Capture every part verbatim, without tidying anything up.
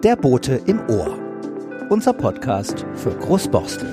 Der Bote im Ohr. Unser Podcast für Großborstel.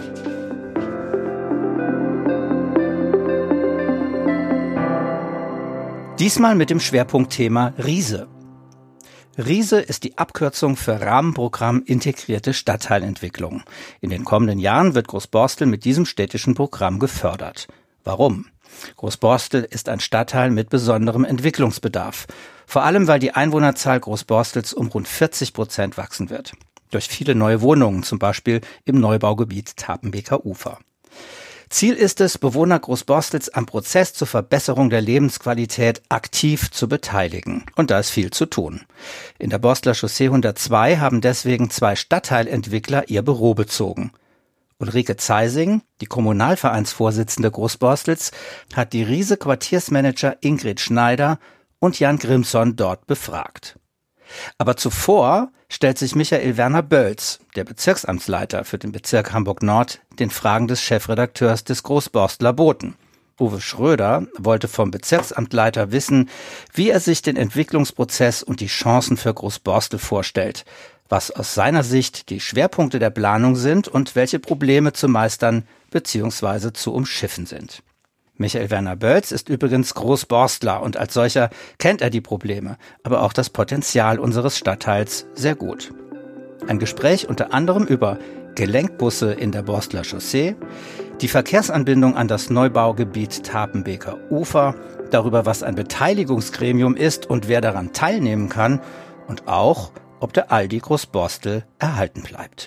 Diesmal mit dem Schwerpunktthema Riese. Riese ist die Abkürzung für Rahmenprogramm Integrierte Stadtteilentwicklung. In den kommenden Jahren wird Großborstel mit diesem städtischen Programm gefördert. Warum? Großborstel ist ein Stadtteil mit besonderem Entwicklungsbedarf. Vor allem, weil die Einwohnerzahl Großborstels um rund vierzig Prozent wachsen wird. Durch viele neue Wohnungen, zum Beispiel im Neubaugebiet Tapenbeker Ufer. Ziel ist es, Bewohner Großborstels am Prozess zur Verbesserung der Lebensqualität aktiv zu beteiligen. Und da ist viel zu tun. In der Borstler Chaussee hundertzwei haben deswegen zwei Stadtteilentwickler ihr Büro bezogen. Ulrike Zeising, die Kommunalvereinsvorsitzende Großborstels, hat die Riese-Quartiersmanager Ingrid Schneider und Jan Grimson dort befragt. Aber zuvor stellt sich Michael Werner Bölz, der Bezirksamtsleiter für den Bezirk Hamburg-Nord, den Fragen des Chefredakteurs des Großborstler Boten. Uwe Schröder wollte vom Bezirksamtleiter wissen, wie er sich den Entwicklungsprozess und die Chancen für Großborstel vorstellt, was aus seiner Sicht die Schwerpunkte der Planung sind und welche Probleme zu meistern bzw. zu umschiffen sind. Michael Werner Bölz ist übrigens Großborstler und als solcher kennt er die Probleme, aber auch das Potenzial unseres Stadtteils sehr gut. Ein Gespräch unter anderem über Gelenkbusse in der Borstler Chaussee, die Verkehrsanbindung an das Neubaugebiet Tapenbeker Ufer, darüber, was ein Beteiligungsgremium ist und wer daran teilnehmen kann und auch, ob der Aldi Großborstel erhalten bleibt.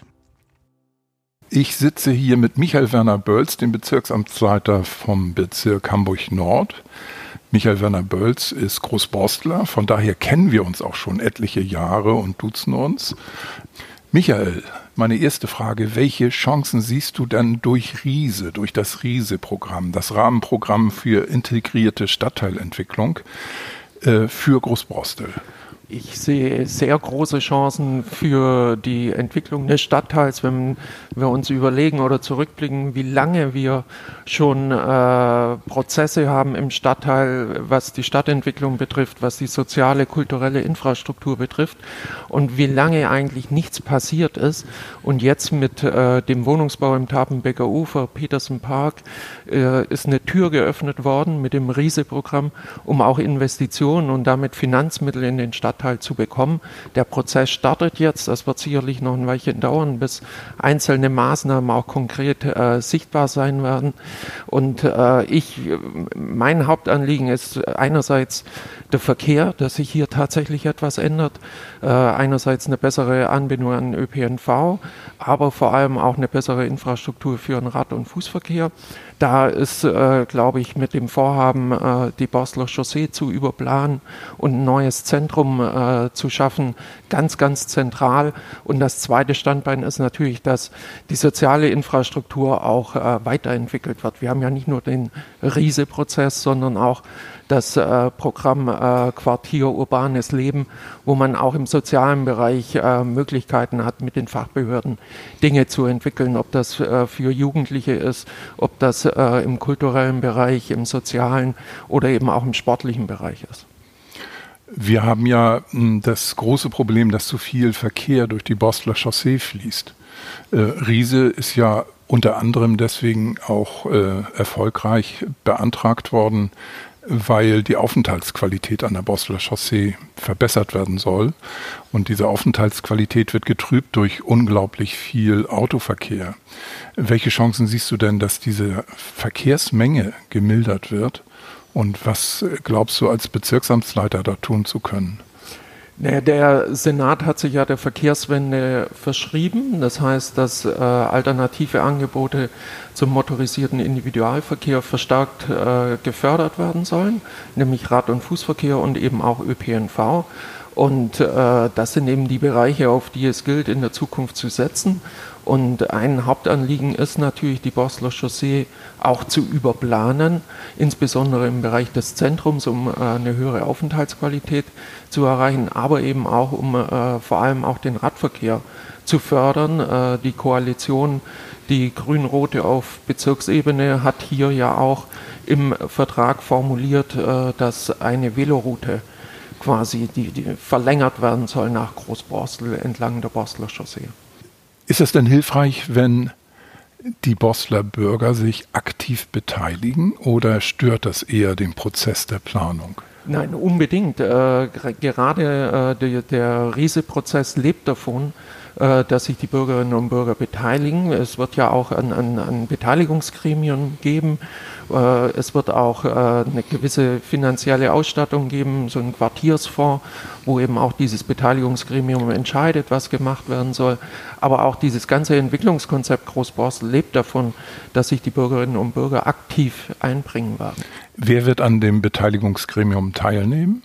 Ich sitze hier mit Michael Werner Bölz, dem Bezirksamtsleiter vom Bezirk Hamburg-Nord. Michael Werner Bölz ist Großborstler, von daher kennen wir uns auch schon etliche Jahre und duzen uns. Michael, meine erste Frage, welche Chancen siehst du denn durch Riese, durch das Riese-Programm, das Rahmenprogramm für integrierte Stadtteilentwicklung äh, für Großborstel? Ich sehe sehr große Chancen für die Entwicklung des Stadtteils, wenn wir uns überlegen oder zurückblicken, wie lange wir schon äh, Prozesse haben im Stadtteil, was die Stadtentwicklung betrifft, was die soziale, kulturelle Infrastruktur betrifft und wie lange eigentlich nichts passiert ist. Und jetzt mit äh, dem Wohnungsbau im Tapenbeker Ufer, Petersen Park, äh, ist eine Tür geöffnet worden mit dem Riese-Programm, um auch Investitionen und damit Finanzmittel in den Stadtteil zu bekommen. Der Prozess startet jetzt, das wird sicherlich noch ein Weilchen dauern, bis einzelne Maßnahmen auch konkret äh, sichtbar sein werden. Und äh, ich, mein Hauptanliegen ist einerseits der Verkehr, dass sich hier tatsächlich etwas ändert. Äh, einerseits eine bessere Anbindung an den Ö P N V, aber vor allem auch eine bessere Infrastruktur für den Rad- und Fußverkehr. Da ist, äh, glaube ich, mit dem Vorhaben, äh, die Borstler Chaussee zu überplanen und ein neues Zentrum äh, zu schaffen, ganz, ganz zentral. Und das zweite Standbein ist natürlich, dass die soziale Infrastruktur auch äh, weiterentwickelt wird. Wir haben ja nicht nur den Riese-Prozess, sondern auch das äh, Programm äh, Quartier Urbanes Leben, wo man auch im sozialen Bereich äh, Möglichkeiten hat, mit den Fachbehörden Dinge zu entwickeln, ob das äh, für Jugendliche ist, ob das äh, im kulturellen Bereich, im sozialen oder eben auch im sportlichen Bereich ist. Wir haben ja mh, das große Problem, dass zu viel Verkehr durch die Borstler Chaussee fließt. Äh, Riese ist ja unter anderem deswegen auch äh, erfolgreich beantragt worden, weil die Aufenthaltsqualität an der Borstler Chaussee verbessert werden soll. Und diese Aufenthaltsqualität wird getrübt durch unglaublich viel Autoverkehr. Welche Chancen siehst du denn, dass diese Verkehrsmenge gemildert wird? Und was glaubst du als Bezirksamtsleiter da tun zu können? Naja, der Senat hat sich ja der Verkehrswende verschrieben. Das heißt, dass äh, alternative Angebote zum motorisierten Individualverkehr verstärkt äh, gefördert werden sollen, nämlich Rad- und Fußverkehr und eben auch Ö P N V. Und äh, das sind eben die Bereiche, auf die es gilt, in der Zukunft zu setzen. Und ein Hauptanliegen ist natürlich, die Borstler Chaussee auch zu überplanen, insbesondere im Bereich des Zentrums, um äh, eine höhere Aufenthaltsqualität zu erreichen, aber eben auch, um äh, vor allem auch den Radverkehr zu fördern. Äh, die Koalition, die Grün-Rote auf Bezirksebene, hat hier ja auch im Vertrag formuliert, äh, dass eine Veloroute quasi die, die verlängert werden soll nach Großborstel entlang der Borstler Chaussee. Ist es denn hilfreich, wenn die Borstler Bürger sich aktiv beteiligen oder stört das eher den Prozess der Planung? Nein, unbedingt. Äh, gerade äh, der, der Riese-Prozess lebt davon, äh, dass sich die Bürgerinnen und Bürger beteiligen. Es wird ja auch ein, ein, ein Beteiligungsgremium geben. Äh, es wird auch äh, eine gewisse finanzielle Ausstattung geben, so ein Quartiersfonds, wo eben auch dieses Beteiligungsgremium entscheidet, was gemacht werden soll. Aber auch dieses ganze Entwicklungskonzept Großborstel lebt davon, dass sich die Bürgerinnen und Bürger aktiv einbringen werden. Wer wird an dem Beteiligungsgremium teilnehmen?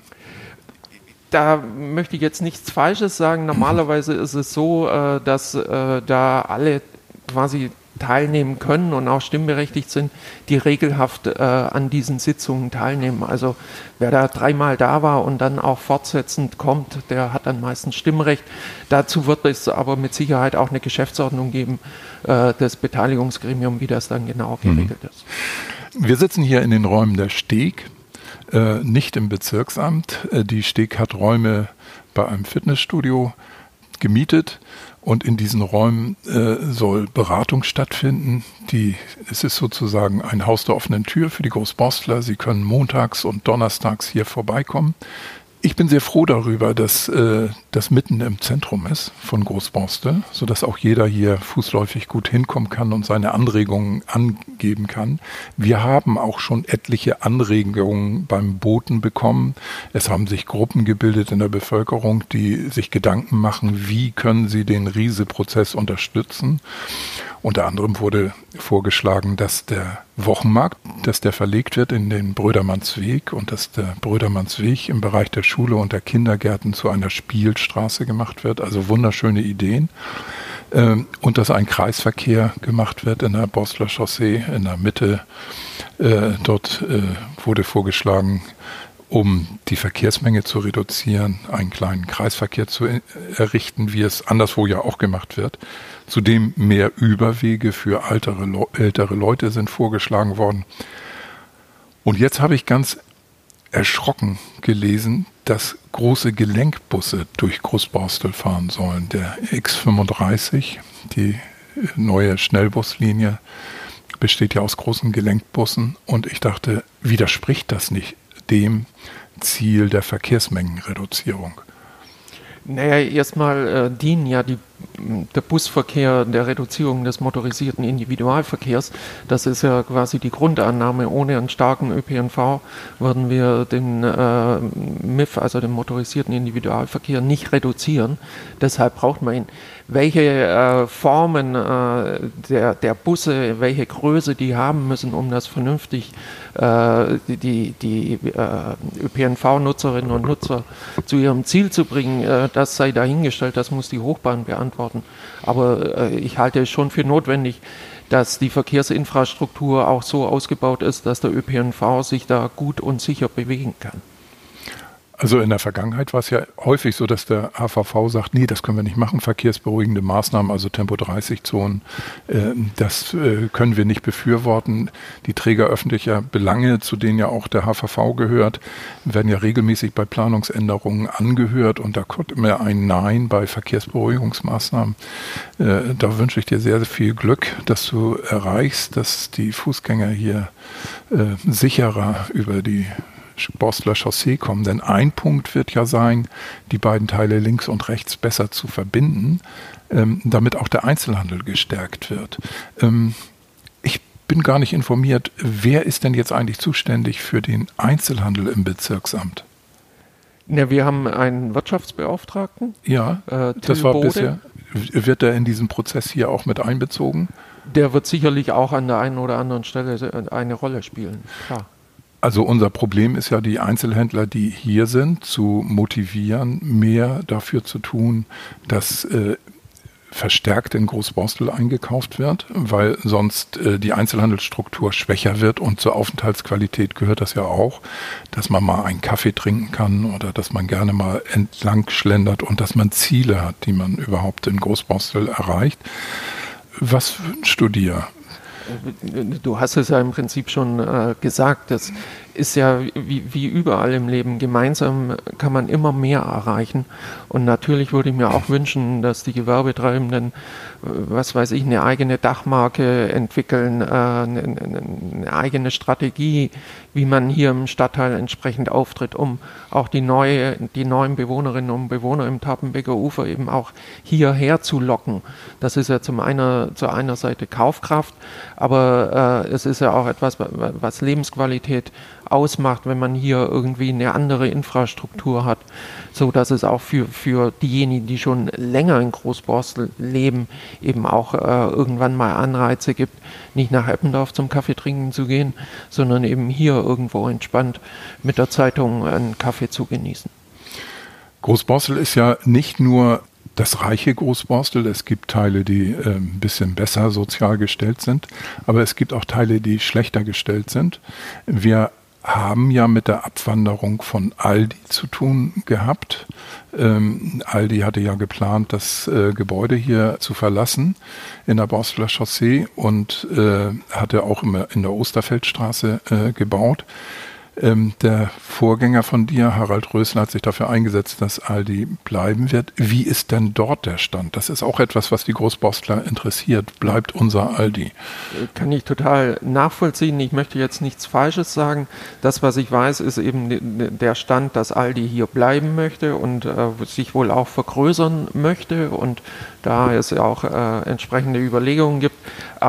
Da möchte ich jetzt nichts Falsches sagen. Normalerweise ist es so, äh, dass äh, da alle quasi teilnehmen können und auch stimmberechtigt sind, die regelhaft äh, an diesen Sitzungen teilnehmen. Also wer da dreimal da war und dann auch fortsetzend kommt, der hat dann meistens Stimmrecht. Dazu wird es aber mit Sicherheit auch eine Geschäftsordnung geben, äh, das Beteiligungsgremium, wie das dann genau geregelt ist. Wir sitzen hier in den Räumen der Steg, äh, nicht im Bezirksamt. Äh, die Steg hat Räume bei einem Fitnessstudio gemietet und in diesen Räumen äh, soll Beratung stattfinden. Die, es ist sozusagen ein Haus der offenen Tür für die Großborstler. Sie können montags und donnerstags hier vorbeikommen. Ich bin sehr froh darüber, dass äh, das mitten im Zentrum ist von Großborstel, sodass auch jeder hier fußläufig gut hinkommen kann und seine Anregungen angeben kann. Wir haben auch schon etliche Anregungen beim Boten bekommen. Es haben sich Gruppen gebildet in der Bevölkerung, die sich Gedanken machen, wie können sie den Riese-Prozess unterstützen. Unter anderem wurde vorgeschlagen, dass der Wochenmarkt, dass der verlegt wird in den Brödermannsweg und dass der Brödermannsweg im Bereich der Schule und der Kindergärten zu einer Spielstraße gemacht wird. Also wunderschöne Ideen. Und dass ein Kreisverkehr gemacht wird in der Borstler Chaussee in der Mitte. Dort wurde vorgeschlagen, um die Verkehrsmenge zu reduzieren, einen kleinen Kreisverkehr zu errichten, wie es anderswo ja auch gemacht wird. Zudem mehr Überwege für ältere, ältere Leute sind vorgeschlagen worden. Und jetzt habe ich ganz erschrocken gelesen, dass große Gelenkbusse durch Großborstel fahren sollen. Der X fünfunddreißig, die neue Schnellbuslinie, besteht ja aus großen Gelenkbussen. Und ich dachte, widerspricht das nicht dem Ziel der Verkehrsmengenreduzierung? Naja, erstmal äh, dienen ja die, der Busverkehr der Reduzierung des motorisierten Individualverkehrs. Das ist ja quasi die Grundannahme. Ohne einen starken Ö P N V würden wir den äh, M I F, also den motorisierten Individualverkehr, nicht reduzieren. Deshalb braucht man ihn. Welche äh, Formen äh, der, der Busse, welche Größe die haben müssen, um das vernünftig äh, die, die äh, Ö P N V-Nutzerinnen und Nutzer zu ihrem Ziel zu bringen, äh, das sei dahingestellt, das muss die Hochbahn beantworten. Aber äh, ich halte es schon für notwendig, dass die Verkehrsinfrastruktur auch so ausgebaut ist, dass der Ö P N V sich da gut und sicher bewegen kann. Also in der Vergangenheit war es ja häufig so, dass der H V V sagt, nee, das können wir nicht machen, verkehrsberuhigende Maßnahmen, also Tempo dreißig Zonen, äh, das äh, können wir nicht befürworten. Die Träger öffentlicher Belange, zu denen ja auch der H V V gehört, werden ja regelmäßig bei Planungsänderungen angehört und da kommt immer ein Nein bei Verkehrsberuhigungsmaßnahmen. Äh, da wünsche ich dir sehr, sehr viel Glück, dass du erreichst, dass die Fußgänger hier äh, sicherer über die Borstler Chaussee kommen, denn ein Punkt wird ja sein, die beiden Teile links und rechts besser zu verbinden, ähm, damit auch der Einzelhandel gestärkt wird. Ähm, ich bin gar nicht informiert, wer ist denn jetzt eigentlich zuständig für den Einzelhandel im Bezirksamt? Ja, wir haben einen Wirtschaftsbeauftragten. Ja, äh, das war Bode. bisher. Wird der in diesen Prozess hier auch mit einbezogen? Der wird sicherlich auch an der einen oder anderen Stelle eine Rolle spielen, klar. Also unser Problem ist ja, die Einzelhändler, die hier sind, zu motivieren, mehr dafür zu tun, dass äh, verstärkt in Großborstel eingekauft wird, weil sonst äh, die Einzelhandelsstruktur schwächer wird und zur Aufenthaltsqualität gehört das ja auch, dass man mal einen Kaffee trinken kann oder dass man gerne mal entlang schlendert und dass man Ziele hat, die man überhaupt in Großborstel erreicht. Was wünschst du dir? Du hast es ja im Prinzip schon äh, gesagt, dass ist ja wie, wie überall im Leben, gemeinsam kann man immer mehr erreichen. Und natürlich würde ich mir auch wünschen, dass die Gewerbetreibenden, was weiß ich, eine eigene Dachmarke entwickeln, äh, eine, eine eigene Strategie, wie man hier im Stadtteil entsprechend auftritt, um auch die, neue, die neuen Bewohnerinnen und Bewohner im Tapenbecker Ufer eben auch hierher zu locken. Das ist ja zum einer, zu einer Seite Kaufkraft, aber äh, es ist ja auch etwas, was Lebensqualität ausmacht, wenn man hier irgendwie eine andere Infrastruktur hat, so dass es auch für, für diejenigen, die schon länger in Großborstel leben, eben auch äh, irgendwann mal Anreize gibt, nicht nach Eppendorf zum Kaffee trinken zu gehen, sondern eben hier irgendwo entspannt mit der Zeitung einen Kaffee zu genießen. Großborstel ist ja nicht nur das reiche Großborstel, es gibt Teile, die äh, ein bisschen besser sozial gestellt sind, aber es gibt auch Teile, die schlechter gestellt sind. Wir haben ja mit der Abwanderung von Aldi zu tun gehabt. Ähm, Aldi hatte ja geplant, das äh, Gebäude hier zu verlassen in der Borsteler Chaussee und äh, hatte auch immer in der Osterfeldstraße äh, gebaut. Ähm, der Vorgänger von dir, Harald Rösler, hat sich dafür eingesetzt, dass Aldi bleiben wird. Wie ist denn dort der Stand? Das ist auch etwas, was die Großborstler interessiert. Bleibt unser Aldi? Kann ich total nachvollziehen. Ich möchte jetzt nichts Falsches sagen. Das, was ich weiß, ist eben der Stand, dass Aldi hier bleiben möchte und äh, sich wohl auch vergrößern möchte und da es ja auch äh, entsprechende Überlegungen gibt.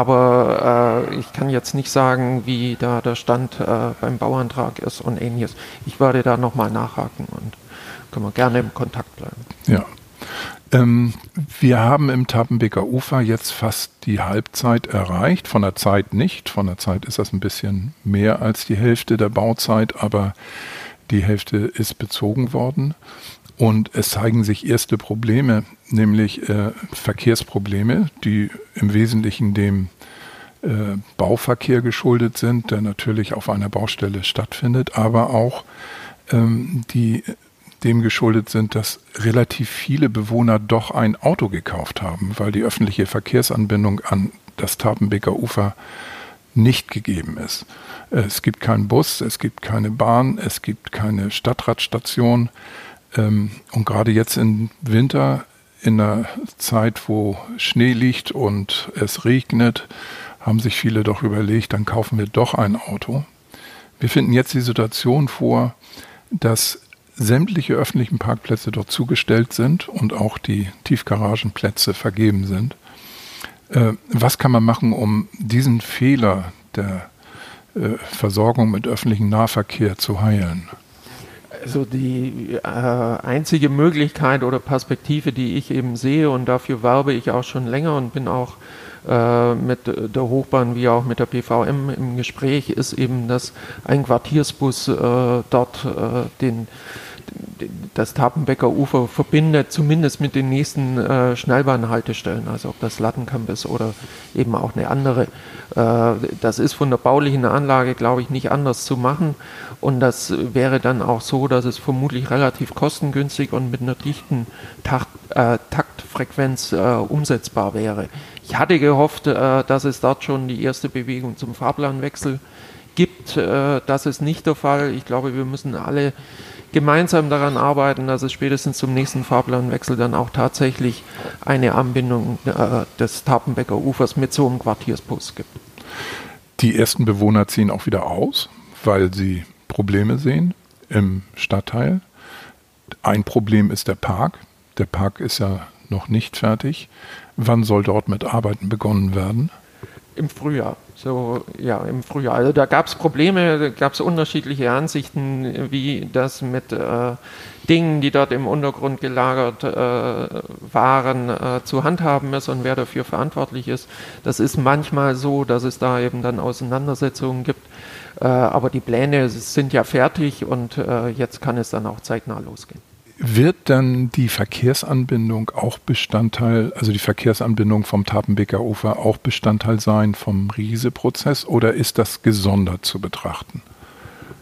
Aber äh, ich kann jetzt nicht sagen, wie da der Stand äh, beim Bauantrag ist und ähnliches. Ich werde da nochmal nachhaken und können wir gerne im Kontakt bleiben. Ja. Ähm, wir haben im Tapenbecker Ufer jetzt fast die Halbzeit erreicht. Von der Zeit nicht. Von der Zeit ist das ein bisschen mehr als die Hälfte der Bauzeit, aber die Hälfte ist bezogen worden. Und es zeigen sich erste Probleme, nämlich äh, Verkehrsprobleme, die im Wesentlichen dem äh, Bauverkehr geschuldet sind, der natürlich auf einer Baustelle stattfindet, aber auch ähm, die dem geschuldet sind, dass relativ viele Bewohner doch ein Auto gekauft haben, weil die öffentliche Verkehrsanbindung an das Tapenbecker Ufer nicht gegeben ist. Es gibt keinen Bus, es gibt keine Bahn, es gibt keine Stadtradstation. Und gerade jetzt im Winter, in der Zeit, wo Schnee liegt und es regnet, haben sich viele doch überlegt, dann kaufen wir doch ein Auto. Wir finden jetzt die Situation vor, dass sämtliche öffentlichen Parkplätze dort zugestellt sind und auch die Tiefgaragenplätze vergeben sind. Was kann man machen, um diesen Fehler der Versorgung mit öffentlichem Nahverkehr zu heilen? Also die äh, einzige Möglichkeit oder Perspektive, die ich eben sehe, und dafür werbe ich auch schon länger und bin auch äh, mit der Hochbahn wie auch mit der P V M im Gespräch, ist eben, dass ein Quartiersbus äh, dort äh, den das Tapenbecker Ufer verbindet, zumindest mit den nächsten äh, Schnellbahnhaltestellen, also ob das Lattenkamp ist oder eben auch eine andere. Äh, das ist von der baulichen Anlage, glaube ich, nicht anders zu machen und das wäre dann auch so, dass es vermutlich relativ kostengünstig und mit einer dichten Takt, äh, Taktfrequenz äh, umsetzbar wäre. Ich hatte gehofft, äh, dass es dort schon die erste Bewegung zum Fahrplanwechsel gibt. Äh, das ist nicht der Fall. Ich glaube, wir müssen alle gemeinsam daran arbeiten, dass es spätestens zum nächsten Fahrplanwechsel dann auch tatsächlich eine Anbindung äh, des Tapenbecker Ufers mit so einem Quartiersbus gibt. Die ersten Bewohner ziehen auch wieder aus, weil sie Probleme sehen im Stadtteil. Ein Problem ist der Park. Der Park ist ja noch nicht fertig. Wann soll dort mit Arbeiten begonnen werden? Im Frühjahr. So, ja, im Frühjahr. Also da gab es Probleme, da gab es unterschiedliche Ansichten, wie das mit äh, Dingen, die dort im Untergrund gelagert äh, waren, äh, zu handhaben ist und wer dafür verantwortlich ist. Das ist manchmal so, dass es da eben dann Auseinandersetzungen gibt. Äh, aber die Pläne sind ja fertig und äh, jetzt kann es dann auch zeitnah losgehen. Wird dann die Verkehrsanbindung auch Bestandteil, also die Verkehrsanbindung vom Tapenbecker Ufer auch Bestandteil sein vom Riese-Prozess oder ist das gesondert zu betrachten?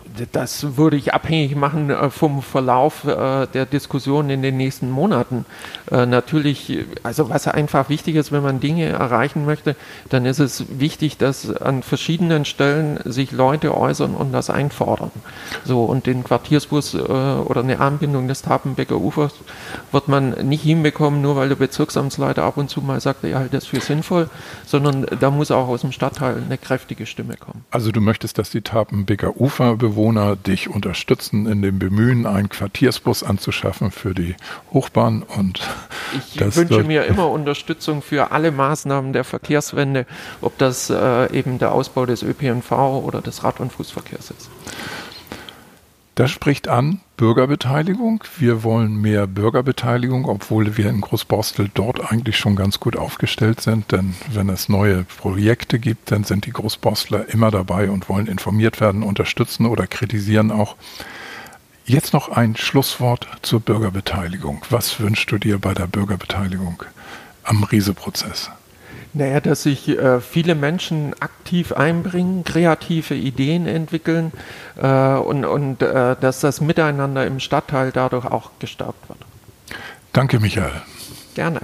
Das würde ich abhängig machen äh, vom Verlauf äh, der Diskussion in den nächsten Monaten. Äh, natürlich, also was einfach wichtig ist, wenn man Dinge erreichen möchte, dann ist es wichtig, dass an verschiedenen Stellen sich Leute äußern und das einfordern. So, und den Quartiersbus äh, oder eine Anbindung des Tapenbecker Ufers wird man nicht hinbekommen, nur weil der Bezirksamtsleiter ab und zu mal sagt, er hält das für sinnvoll, sondern da muss auch aus dem Stadtteil eine kräftige Stimme kommen. Also du möchtest, dass die Tapenbecker Uferbewohner dich unterstützen in dem Bemühen, einen Quartiersbus anzuschaffen für die Hochbahn, und ich wünsche mir immer Unterstützung für alle Maßnahmen der Verkehrswende, ob das äh, eben der Ausbau des Ö P N V oder des Rad- und Fußverkehrs ist. Das spricht an Bürgerbeteiligung. Wir wollen mehr Bürgerbeteiligung, obwohl wir in Großborstel dort eigentlich schon ganz gut aufgestellt sind. Denn wenn es neue Projekte gibt, dann sind die Großborstler immer dabei und wollen informiert werden, unterstützen oder kritisieren auch. Jetzt noch ein Schlusswort zur Bürgerbeteiligung. Was wünschst du dir bei der Bürgerbeteiligung am Riese-Prozess? Naja, dass sich äh, viele Menschen aktiv einbringen, kreative Ideen entwickeln äh, und, und äh, dass das Miteinander im Stadtteil dadurch auch gestärkt wird. Danke, Michael. Gerne.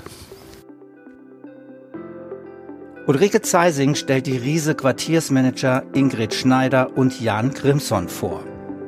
Ulrike Zeising stellt die Riese-Quartiersmanager Ingrid Schneider und Jan Grimson vor.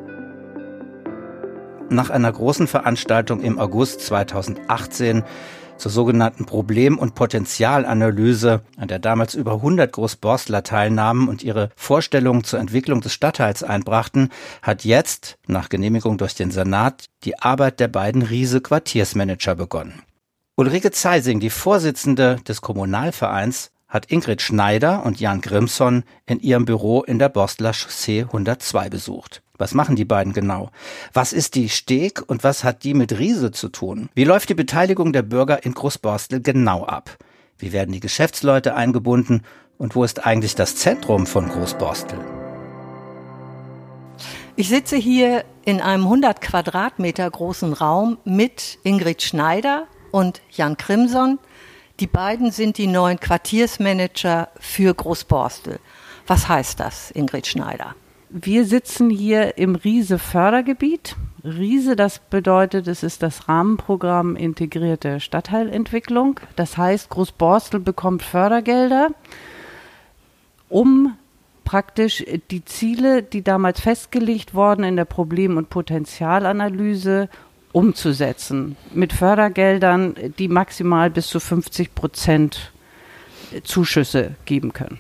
Nach einer großen Veranstaltung im August zweitausendachtzehn zur sogenannten Problem- und Potenzialanalyse, an der damals über hundert Großborstler teilnahmen und ihre Vorstellungen zur Entwicklung des Stadtteils einbrachten, hat jetzt, nach Genehmigung durch den Senat, die Arbeit der beiden Riese-Quartiersmanager begonnen. Ulrike Zeising, die Vorsitzende des Kommunalvereins, hat Ingrid Schneider und Jan Grimson in ihrem Büro in der Borstler Chaussee hundertzwei besucht. Was machen die beiden genau? Was ist die Steg und was hat die mit Riese zu tun? Wie läuft die Beteiligung der Bürger in Großborstel genau ab? Wie werden die Geschäftsleute eingebunden und wo ist eigentlich das Zentrum von Großborstel? Ich sitze hier in einem hundert Quadratmeter großen Raum mit Ingrid Schneider und Jan Grimson. Die beiden sind die neuen Quartiersmanager für Großborstel. Was heißt das, Ingrid Schneider? Wir sitzen hier im Riese-Fördergebiet. Riese, das bedeutet, es ist das Rahmenprogramm Integrierte Stadtteilentwicklung. Das heißt, Großborstel bekommt Fördergelder, um praktisch die Ziele, die damals festgelegt wurden in der Problem- und Potenzialanalyse, umzusetzen. Mit Fördergeldern, die maximal bis zu fünfzig Prozent Zuschüsse geben können.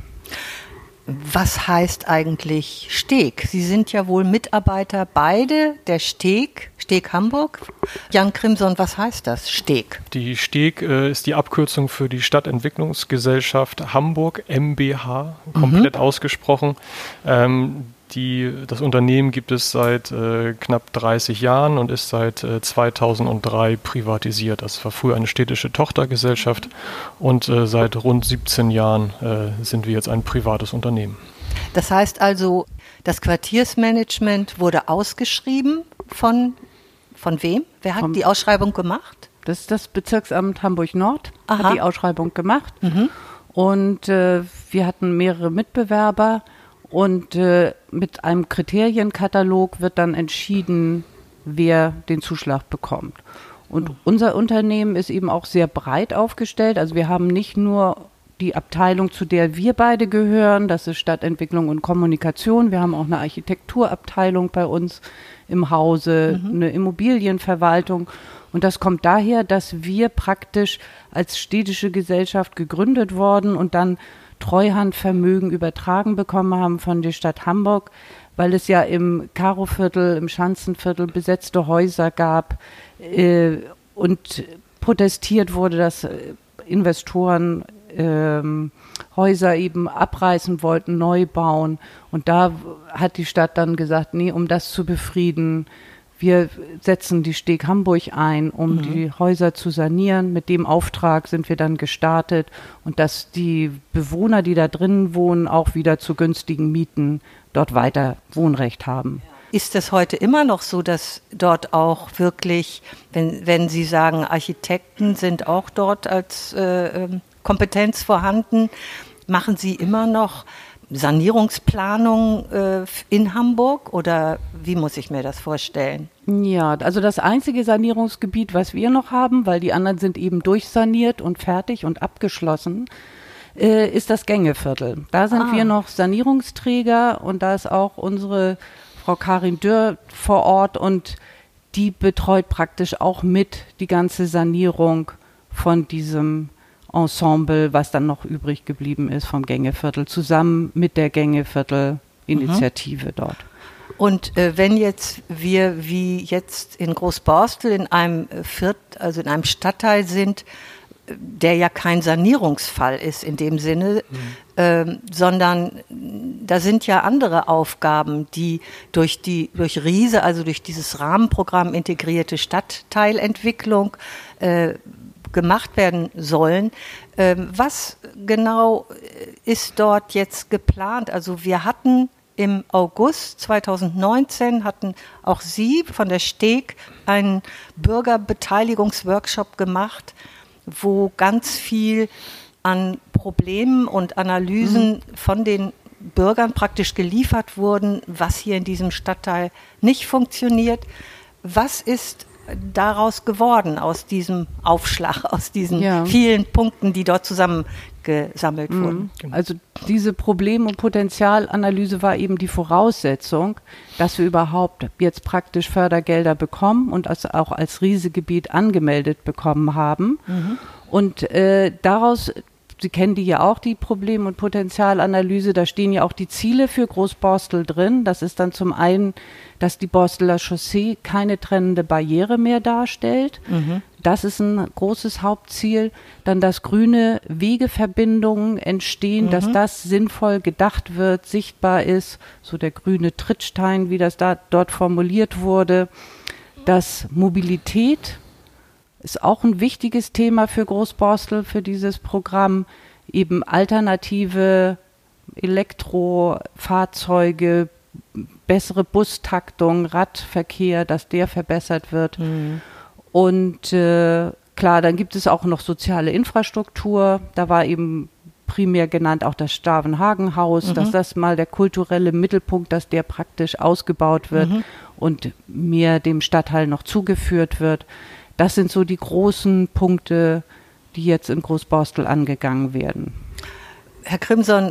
Was heißt eigentlich Steg? Sie sind ja wohl Mitarbeiter beide der Steg, Steg Hamburg. Jan Grimson, was heißt das, Steg? Die Steg äh, ist die Abkürzung für die Stadtentwicklungsgesellschaft Hamburg, M B H, komplett mhm. ausgesprochen. Ähm, die, das Unternehmen gibt es seit äh, knapp dreißig Jahren und ist seit äh, zweitausenddrei privatisiert. Das war früher eine städtische Tochtergesellschaft und äh, seit rund siebzehn Jahren äh, sind wir jetzt ein privates Unternehmen. Das heißt also, das Quartiersmanagement wurde ausgeschrieben von, von wem? Wer hat Vom, die Ausschreibung gemacht? Das ist das Bezirksamt Hamburg-Nord, Aha. hat die Ausschreibung gemacht. Mhm. Und äh, wir hatten mehrere Mitbewerber. Und äh, mit einem Kriterienkatalog wird dann entschieden, wer den Zuschlag bekommt. Und unser Unternehmen ist eben auch sehr breit aufgestellt. Also wir haben nicht nur die Abteilung, zu der wir beide gehören, das ist Stadtentwicklung und Kommunikation. Wir haben auch eine Architekturabteilung bei uns im Hause, mhm. eine Immobilienverwaltung. Und das kommt daher, dass wir praktisch als städtische Gesellschaft gegründet worden und dann Treuhandvermögen übertragen bekommen haben von der Stadt Hamburg, weil es ja im Karoviertel, im Schanzenviertel besetzte Häuser gab äh, und protestiert wurde, dass Investoren äh, Häuser eben abreißen wollten, neu bauen. Und da hat die Stadt dann gesagt, nee, um das zu befrieden, wir setzen die Steg Hamburg ein, um mhm. die Häuser zu sanieren. Mit dem Auftrag sind wir dann gestartet und dass die Bewohner, die da drinnen wohnen, auch wieder zu günstigen Mieten dort weiter Wohnrecht haben. Ist es heute immer noch so, dass dort auch wirklich, wenn, wenn Sie sagen, Architekten sind auch dort als äh, Kompetenz vorhanden, machen Sie immer noch Sanierungsplanung äh, in Hamburg oder wie muss ich mir das vorstellen? Ja, also das einzige Sanierungsgebiet, was wir noch haben, weil die anderen sind eben durchsaniert und fertig und abgeschlossen, äh, ist das Gängeviertel. Da sind ah. wir noch Sanierungsträger und da ist auch unsere Frau Karin Dürr vor Ort und die betreut praktisch auch mit die ganze Sanierung von diesem Ensemble, was dann noch übrig geblieben ist vom Gängeviertel, zusammen mit der Gängeviertel-Initiative mhm. dort. Und äh, wenn jetzt wir wie jetzt in Großborstel in einem Viert, also in einem Stadtteil sind, der ja kein Sanierungsfall ist in dem Sinne, mhm. ähm, sondern da sind ja andere Aufgaben, die durch die durch Riese, also durch dieses Rahmenprogramm integrierte Stadtteilentwicklung äh, gemacht werden sollen. Ähm, was genau ist dort jetzt geplant? Also wir hatten im August zweitausendneunzehn hatten auch Sie von der Steg einen Bürgerbeteiligungsworkshop gemacht, wo ganz viel an Problemen und Analysen mhm. von den Bürgern praktisch geliefert wurden, was hier in diesem Stadtteil nicht funktioniert. Was ist daraus geworden, aus diesem Aufschlag, aus diesen ja. vielen Punkten, die dort zusammengesammelt mhm. wurden? Also diese Problem- und Potenzialanalyse war eben die Voraussetzung, dass wir überhaupt jetzt praktisch Fördergelder bekommen und das auch als Riesegebiet angemeldet bekommen haben. Mhm. Und äh, daraus, Sie kennen die ja auch, die Problem- und Potenzialanalyse, da stehen ja auch die Ziele für Großborstel drin. Das ist dann zum einen, dass die Borsteler Chaussee keine trennende Barriere mehr darstellt. Mhm. Das ist ein großes Hauptziel. Dann, dass grüne Wegeverbindungen entstehen, mhm. dass das sinnvoll gedacht wird, sichtbar ist. So der grüne Trittstein, wie das da dort formuliert wurde. Dass Mobilität ist auch ein wichtiges Thema für Großborstel, für dieses Programm. Eben alternative Elektrofahrzeuge, bessere Bustaktung, Radverkehr, dass der verbessert wird. Mhm. Und äh, klar, dann gibt es auch noch soziale Infrastruktur. Da war eben primär genannt auch das Stavenhagen-Haus, mhm. dass das mal der kulturelle Mittelpunkt, dass der praktisch ausgebaut wird mhm. und mehr dem Stadtteil noch zugeführt wird. Das sind so die großen Punkte, die jetzt in Großborstel angegangen werden. Herr Crimson,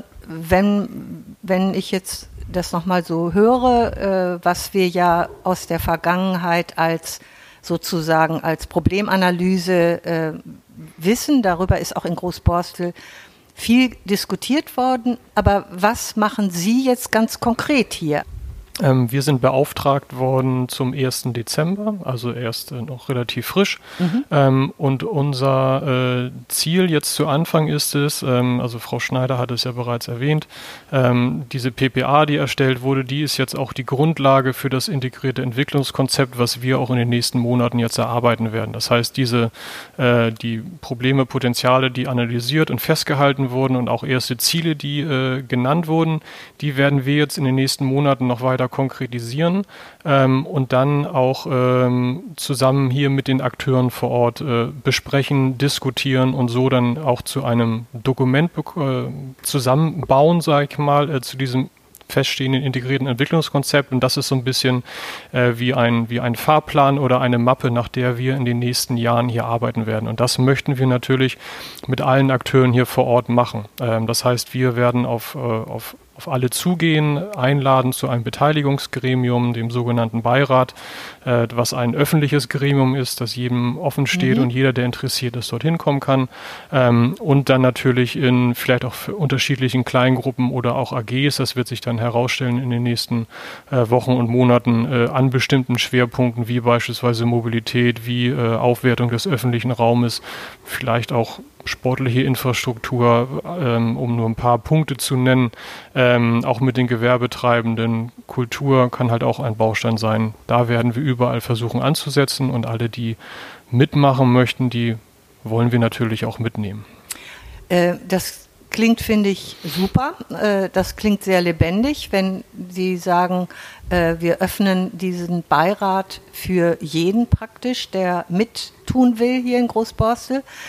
wenn, wenn ich jetzt das nochmal so höre, äh, was wir ja aus der Vergangenheit als sozusagen als Problemanalyse äh, wissen, darüber ist auch in Großborstel viel diskutiert worden. Aber was machen Sie jetzt ganz konkret hier? Ähm, wir sind beauftragt worden zum ersten Dezember, also erst äh, noch relativ frisch. Mhm. Ähm, und unser äh, Ziel jetzt zu Anfang ist es, ähm, also Frau Schneider hat es ja bereits erwähnt, ähm, diese P P A, die erstellt wurde, die ist jetzt auch die Grundlage für das integrierte Entwicklungskonzept, was wir auch in den nächsten Monaten jetzt erarbeiten werden. Das heißt, diese äh, die Probleme, Potenziale, die analysiert und festgehalten wurden und auch erste Ziele, die äh, genannt wurden, die werden wir jetzt in den nächsten Monaten noch weiter konkretisieren ähm, und dann auch ähm, zusammen hier mit den Akteuren vor Ort äh, besprechen, diskutieren und so dann auch zu einem Dokument äh, zusammenbauen, sage ich mal, äh, zu diesem feststehenden integrierten Entwicklungskonzept. Und das ist so ein bisschen äh, wie ein, wie ein Fahrplan oder eine Mappe, nach der wir in den nächsten Jahren hier arbeiten werden. Und das möchten wir natürlich mit allen Akteuren hier vor Ort machen. Ähm, das heißt, wir werden auf, äh, auf auf alle zugehen, einladen zu einem Beteiligungsgremium, dem sogenannten Beirat, äh, was ein öffentliches Gremium ist, das jedem offen steht mhm. und jeder, der interessiert ist, dorthin kommen kann. Ähm, und dann natürlich in vielleicht auch unterschiedlichen Kleingruppen oder auch A Gs, das wird sich dann herausstellen in den nächsten äh, Wochen und Monaten, äh, an bestimmten Schwerpunkten, wie beispielsweise Mobilität, wie äh, Aufwertung des öffentlichen Raumes, vielleicht auch sportliche Infrastruktur, ähm, um nur ein paar Punkte zu nennen, ähm, auch mit den Gewerbetreibenden. Kultur kann halt auch ein Baustein sein. Da werden wir überall versuchen anzusetzen und alle, die mitmachen möchten, die wollen wir natürlich auch mitnehmen. Äh, das klingt, finde ich, super. Äh, das klingt sehr lebendig, wenn Sie sagen, äh, wir öffnen diesen Beirat für jeden praktisch, der mittun will hier in Großborstel.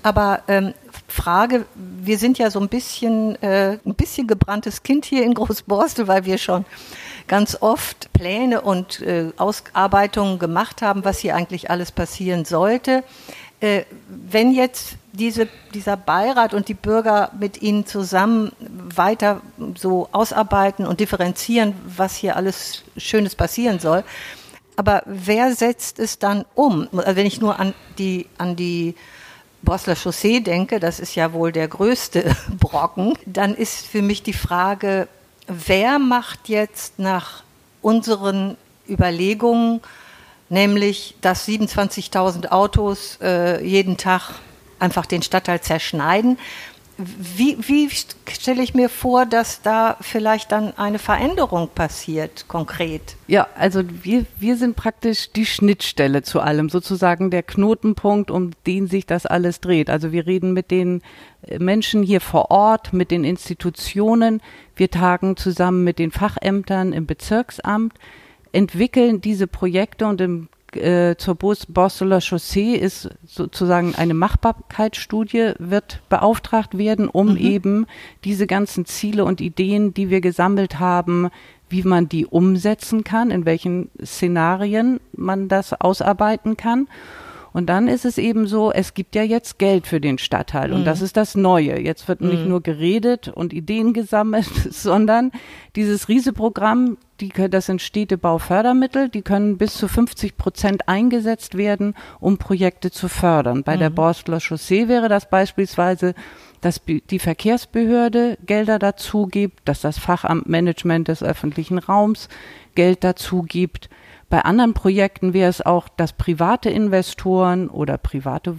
Aber ähm, Frage, wir sind ja so ein bisschen, äh, ein bisschen gebranntes Kind hier in Großborstel, weil wir schon ganz oft Pläne und äh, Ausarbeitungen gemacht haben, was hier eigentlich alles passieren sollte. Äh, wenn jetzt diese, dieser Beirat und die Bürger mit Ihnen zusammen weiter so ausarbeiten und differenzieren, was hier alles Schönes passieren soll, aber wer setzt es dann um? Also wenn ich nur an die, an die Borsteler Chaussee denke, das ist ja wohl der größte Brocken, dann ist für mich die Frage, wer macht jetzt nach unseren Überlegungen, nämlich dass siebenundzwanzigtausend Autos äh, jeden Tag einfach den Stadtteil zerschneiden. Wie, wie stelle ich mir vor, dass da vielleicht dann eine Veränderung passiert, konkret? Ja, also wir, wir sind praktisch die Schnittstelle zu allem, sozusagen der Knotenpunkt, um den sich das alles dreht. Also wir reden mit den Menschen hier vor Ort, mit den Institutionen, wir tagen zusammen mit den Fachämtern im Bezirksamt, entwickeln diese Projekte und im Äh, zur Borsteler Chaussee ist sozusagen eine Machbarkeitsstudie wird beauftragt werden, um mhm. eben diese ganzen Ziele und Ideen, die wir gesammelt haben, wie man die umsetzen kann, in welchen Szenarien man das ausarbeiten kann. Und dann ist es eben so, es gibt ja jetzt Geld für den Stadtteil und mhm. das ist das Neue. Jetzt wird mhm. nicht nur geredet und Ideen gesammelt, sondern dieses Riese-Programm, die, das sind Städtebaufördermittel, die können bis zu fünfzig Prozent eingesetzt werden, um Projekte zu fördern. Bei mhm. der Borsteler Chaussee wäre das beispielsweise, dass die Verkehrsbehörde Gelder dazu gibt, dass das Fachamt Management des öffentlichen Raums Geld dazu gibt. Bei anderen Projekten wäre es auch, dass private Investoren oder private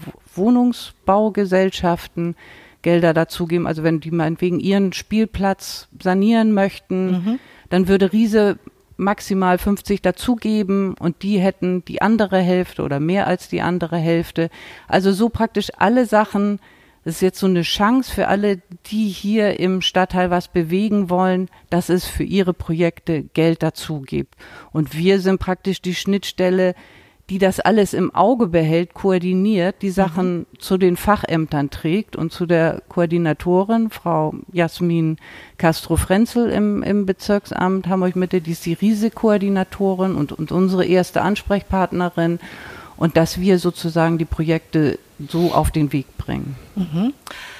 Wohnungsbaugesellschaften Gelder dazugeben. Also wenn die meinetwegen ihren Spielplatz sanieren möchten, mhm. dann würde Riese maximal fünfzig dazugeben und die hätten die andere Hälfte oder mehr als die andere Hälfte. Also so praktisch alle Sachen. Das ist jetzt so eine Chance für alle, die hier im Stadtteil was bewegen wollen, dass es für ihre Projekte Geld dazu gibt. Und wir sind praktisch die Schnittstelle, die das alles im Auge behält, koordiniert, die Sachen mhm. zu den Fachämtern trägt und zu der Koordinatorin, Frau Jasmin Castro-Frenzel im, im Bezirksamt Hamburg-Mitte, die ist die Riese-Koordinatorin und, und unsere erste Ansprechpartnerin. Und dass wir sozusagen die Projekte so auf den Weg bringen. Mhm.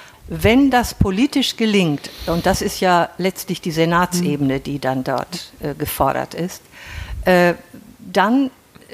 Wenn das politisch gelingt, und das ist ja letztlich die Senatsebene, die dann dort äh, gefordert ist, äh, dann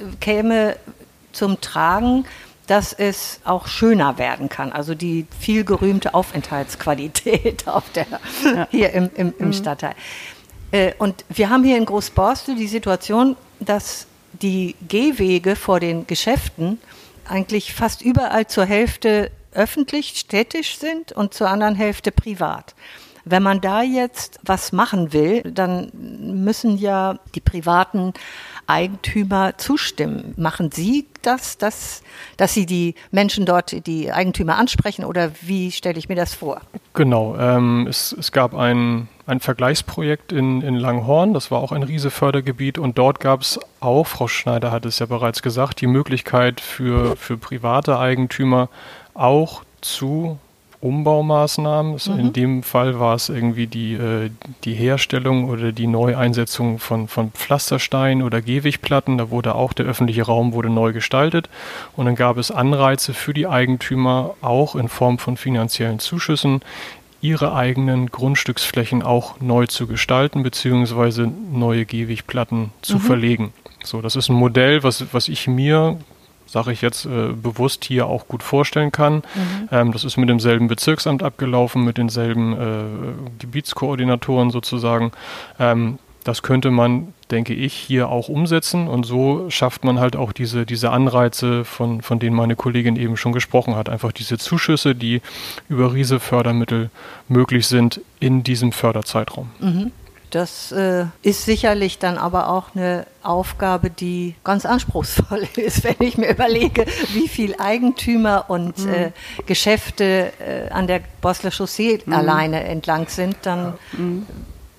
käme zum Tragen, dass es auch schöner werden kann. Also die viel gerühmte Aufenthaltsqualität auf der, ja. hier im, im, im mhm. Stadtteil. Äh, und wir haben hier in Großborstel die Situation, dass die Gehwege vor den Geschäften eigentlich fast überall zur Hälfte öffentlich, städtisch sind und zur anderen Hälfte privat. Wenn man da jetzt was machen will, dann müssen ja die privaten Eigentümer zustimmen. Machen Sie das, dass, dass Sie die Menschen dort, die Eigentümer ansprechen oder wie stelle ich mir das vor? Genau, ähm, es, es gab ein, ein Vergleichsprojekt in, in Langhorn, das war auch ein Riese-Fördergebiet und dort gab es auch, Frau Schneider hat es ja bereits gesagt, die Möglichkeit für, für private Eigentümer auch zu Umbaumaßnahmen. Mhm. In dem Fall war es irgendwie die, äh, die Herstellung oder die Neueinsetzung von, von Pflasterstein oder Gehwegplatten. Da wurde auch der öffentliche Raum wurde neu gestaltet. Und dann gab es Anreize für die Eigentümer, auch in Form von finanziellen Zuschüssen, ihre eigenen Grundstücksflächen auch neu zu gestalten, beziehungsweise neue Gehwegplatten zu mhm. verlegen. So, das ist ein Modell, was, was ich mir sage ich jetzt äh, bewusst hier auch gut vorstellen kann. Mhm. Ähm, das ist mit demselben Bezirksamt abgelaufen, mit denselben äh, Gebietskoordinatoren sozusagen. Ähm, das könnte man, denke ich, hier auch umsetzen und so schafft man halt auch diese, diese Anreize, von, von denen meine Kollegin eben schon gesprochen hat. Einfach diese Zuschüsse, die über Riese-Fördermittel möglich sind in diesem Förderzeitraum. Mhm. Das äh, ist sicherlich dann aber auch eine Aufgabe, die ganz anspruchsvoll ist, wenn ich mir überlege, wie viel Eigentümer und mhm. äh, Geschäfte äh, an der Borsteler Chaussee mhm. alleine entlang sind, dann mhm.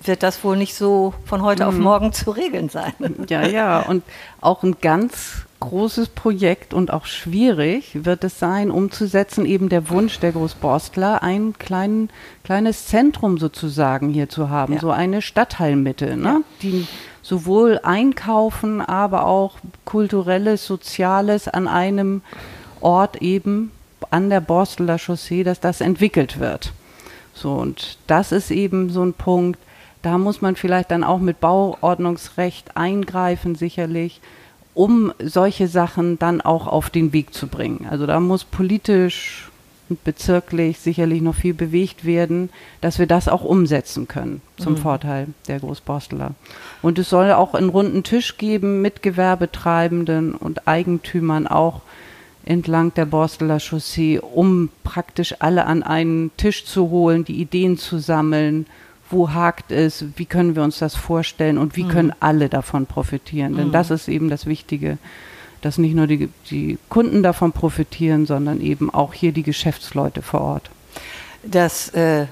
wird das wohl nicht so von heute mhm. auf morgen zu regeln sein. Ja, ja, und auch ein ganz großes Projekt und auch schwierig wird es sein, umzusetzen, eben der Wunsch der Großborstler, ein klein, kleines Zentrum sozusagen hier zu haben, ja. so eine Stadtteilmitte, ne? Ja. die sowohl einkaufen, aber auch kulturelles, soziales an einem Ort eben an der Borsteler Chaussee, dass das entwickelt wird. So, und das ist eben so ein Punkt, da muss man vielleicht dann auch mit Bauordnungsrecht eingreifen, sicherlich, um solche Sachen dann auch auf den Weg zu bringen. Also da muss politisch und bezirklich sicherlich noch viel bewegt werden, dass wir das auch umsetzen können, zum mhm. Vorteil der Großborsteler. Und es soll auch einen runden Tisch geben mit Gewerbetreibenden und Eigentümern auch entlang der Borsteler Chaussee, um praktisch alle an einen Tisch zu holen, die Ideen zu sammeln, wo hakt es, wie können wir uns das vorstellen und wie mhm. können alle davon profitieren. Mhm. Denn das ist eben das Wichtige, dass nicht nur die, die Kunden davon profitieren, sondern eben auch hier die Geschäftsleute vor Ort. Das äh,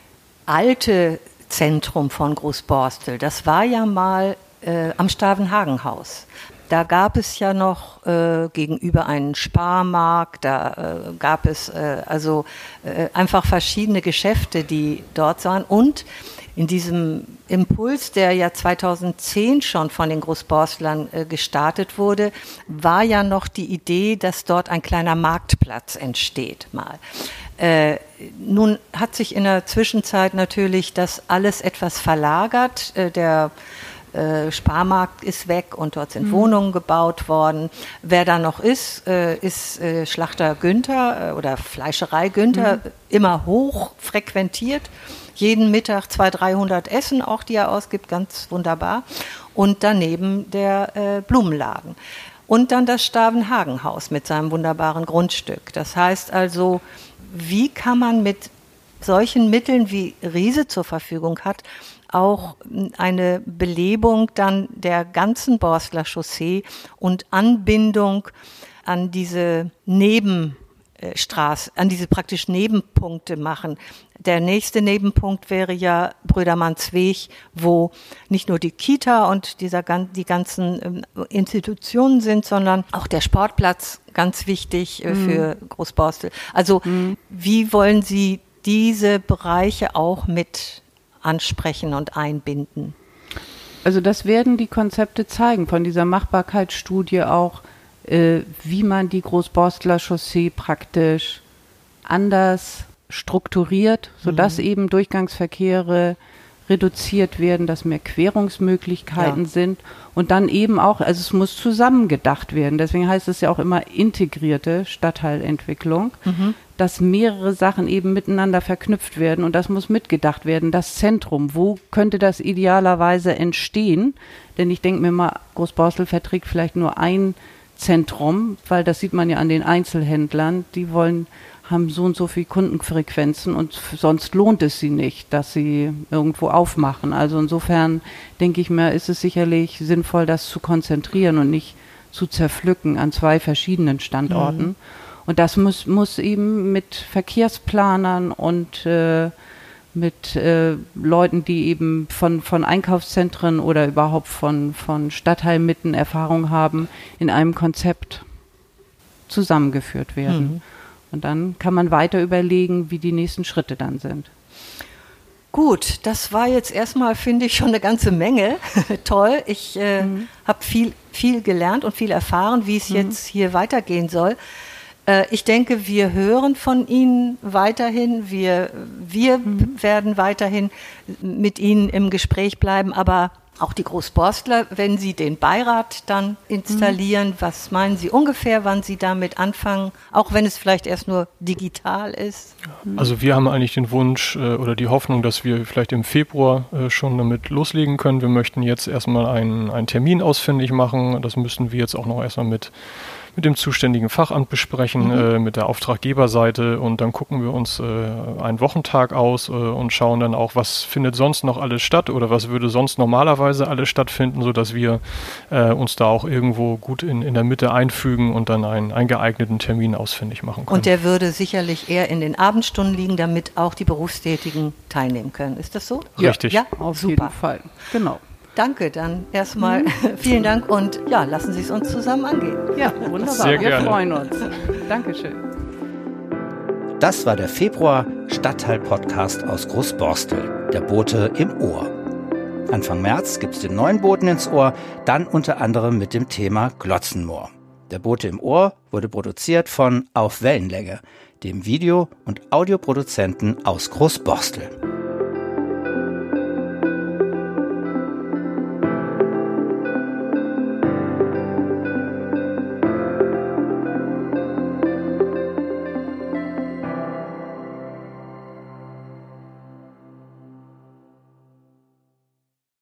alte Zentrum von Großborstel, das war ja mal äh, am Stavenhagenhaus. Da gab es ja noch äh, gegenüber einen Sparmarkt, da äh, gab es äh, also äh, einfach verschiedene Geschäfte, die dort waren. Und in diesem Impuls, der ja zweitausendzehn schon von den Großborstlern äh, gestartet wurde, war ja noch die Idee, dass dort ein kleiner Marktplatz entsteht mal. Äh, nun hat sich in der Zwischenzeit natürlich das alles etwas verlagert. Äh, der Äh, Sparmarkt ist weg und dort sind mhm. Wohnungen gebaut worden. Wer da noch ist, äh, ist äh, Schlachter Günther äh, oder Fleischerei Günther, mhm. immer hoch frequentiert. Jeden Mittag zweihundert, dreihundert Essen auch, die er ausgibt, ganz wunderbar. Und daneben der äh, Blumenladen. Und dann das Stavenhagenhaus mit seinem wunderbaren Grundstück. Das heißt also, wie kann man mit solchen Mitteln, wie Riese zur Verfügung hat, auch eine Belebung dann der ganzen Borsteler Chaussee und Anbindung an diese Nebenstraße, an diese praktisch Nebenpunkte machen. Der nächste Nebenpunkt wäre ja Brödermannsweg, wo nicht nur die Kita und dieser, die ganzen Institutionen sind, sondern auch der Sportplatz ganz wichtig mhm. für Großborstel. Also mhm. wie wollen Sie diese Bereiche auch mit ansprechen und einbinden? Also das werden die Konzepte zeigen, von dieser Machbarkeitsstudie auch, äh, wie man die Großborsteler Chaussee praktisch anders strukturiert, sodass mhm. eben Durchgangsverkehre reduziert werden, dass mehr Querungsmöglichkeiten ja. sind und dann eben auch, also es muss zusammengedacht werden, deswegen heißt es ja auch immer integrierte Stadtteilentwicklung, mhm. dass mehrere Sachen eben miteinander verknüpft werden und das muss mitgedacht werden, das Zentrum, wo könnte das idealerweise entstehen, denn ich denke mir mal, Großborstel verträgt vielleicht nur ein Zentrum, weil das sieht man ja an den Einzelhändlern, die wollen haben so und so viel Kundenfrequenzen und sonst lohnt es sie nicht, dass sie irgendwo aufmachen. Also insofern denke ich mir, ist es sicherlich sinnvoll, das zu konzentrieren und nicht zu zerpflücken an zwei verschiedenen Standorten. Mhm. Und das muss, muss eben mit Verkehrsplanern und äh, mit äh, Leuten, die eben von, von Einkaufszentren oder überhaupt von, von Stadtteilmitten Erfahrung haben, in einem Konzept zusammengeführt werden. Mhm. Und dann kann man weiter überlegen, wie die nächsten Schritte dann sind. Gut, das war jetzt erstmal, finde ich, schon eine ganze Menge. Toll. Ich äh, mhm. habe viel, viel gelernt und viel erfahren, wie es mhm. jetzt hier weitergehen soll. Äh, ich denke, wir hören von Ihnen weiterhin. Wir, wir mhm. werden weiterhin mit Ihnen im Gespräch bleiben, aber auch die Großborstler, wenn Sie den Beirat dann installieren, mhm. was meinen Sie ungefähr, wann Sie damit anfangen, auch wenn es vielleicht erst nur digital ist? Also wir haben eigentlich den Wunsch äh, oder die Hoffnung, dass wir vielleicht im Februar äh, schon damit loslegen können. Wir möchten jetzt erstmal einen, einen Termin ausfindig machen. Das müssen wir jetzt auch noch erstmal mit mit dem zuständigen Fachamt besprechen, mhm. äh, mit der Auftraggeberseite, und dann gucken wir uns äh, einen Wochentag aus äh, und schauen dann auch, was findet sonst noch alles statt oder was würde sonst normalerweise alles stattfinden, sodass wir äh, uns da auch irgendwo gut in, in der Mitte einfügen und dann einen, einen geeigneten Termin ausfindig machen können. Und der würde sicherlich eher in den Abendstunden liegen, damit auch die Berufstätigen teilnehmen können. Ist das so? Richtig. Ja, auf super. jeden Fall. Genau. Danke, dann erstmal mhm. vielen Dank und ja, lassen Sie es uns zusammen angehen. Ja, wunderbar. Sehr Wir gerne. freuen uns. Dankeschön. Das war der Februar-Stadtteil-Podcast aus Großborstel, der Bote im Ohr. Anfang März gibt's den neuen Boten ins Ohr, dann unter anderem mit dem Thema Glotzenmoor. Der Bote im Ohr wurde produziert von Auf Wellenlänge, dem Video- und Audioproduzenten aus Großborstel.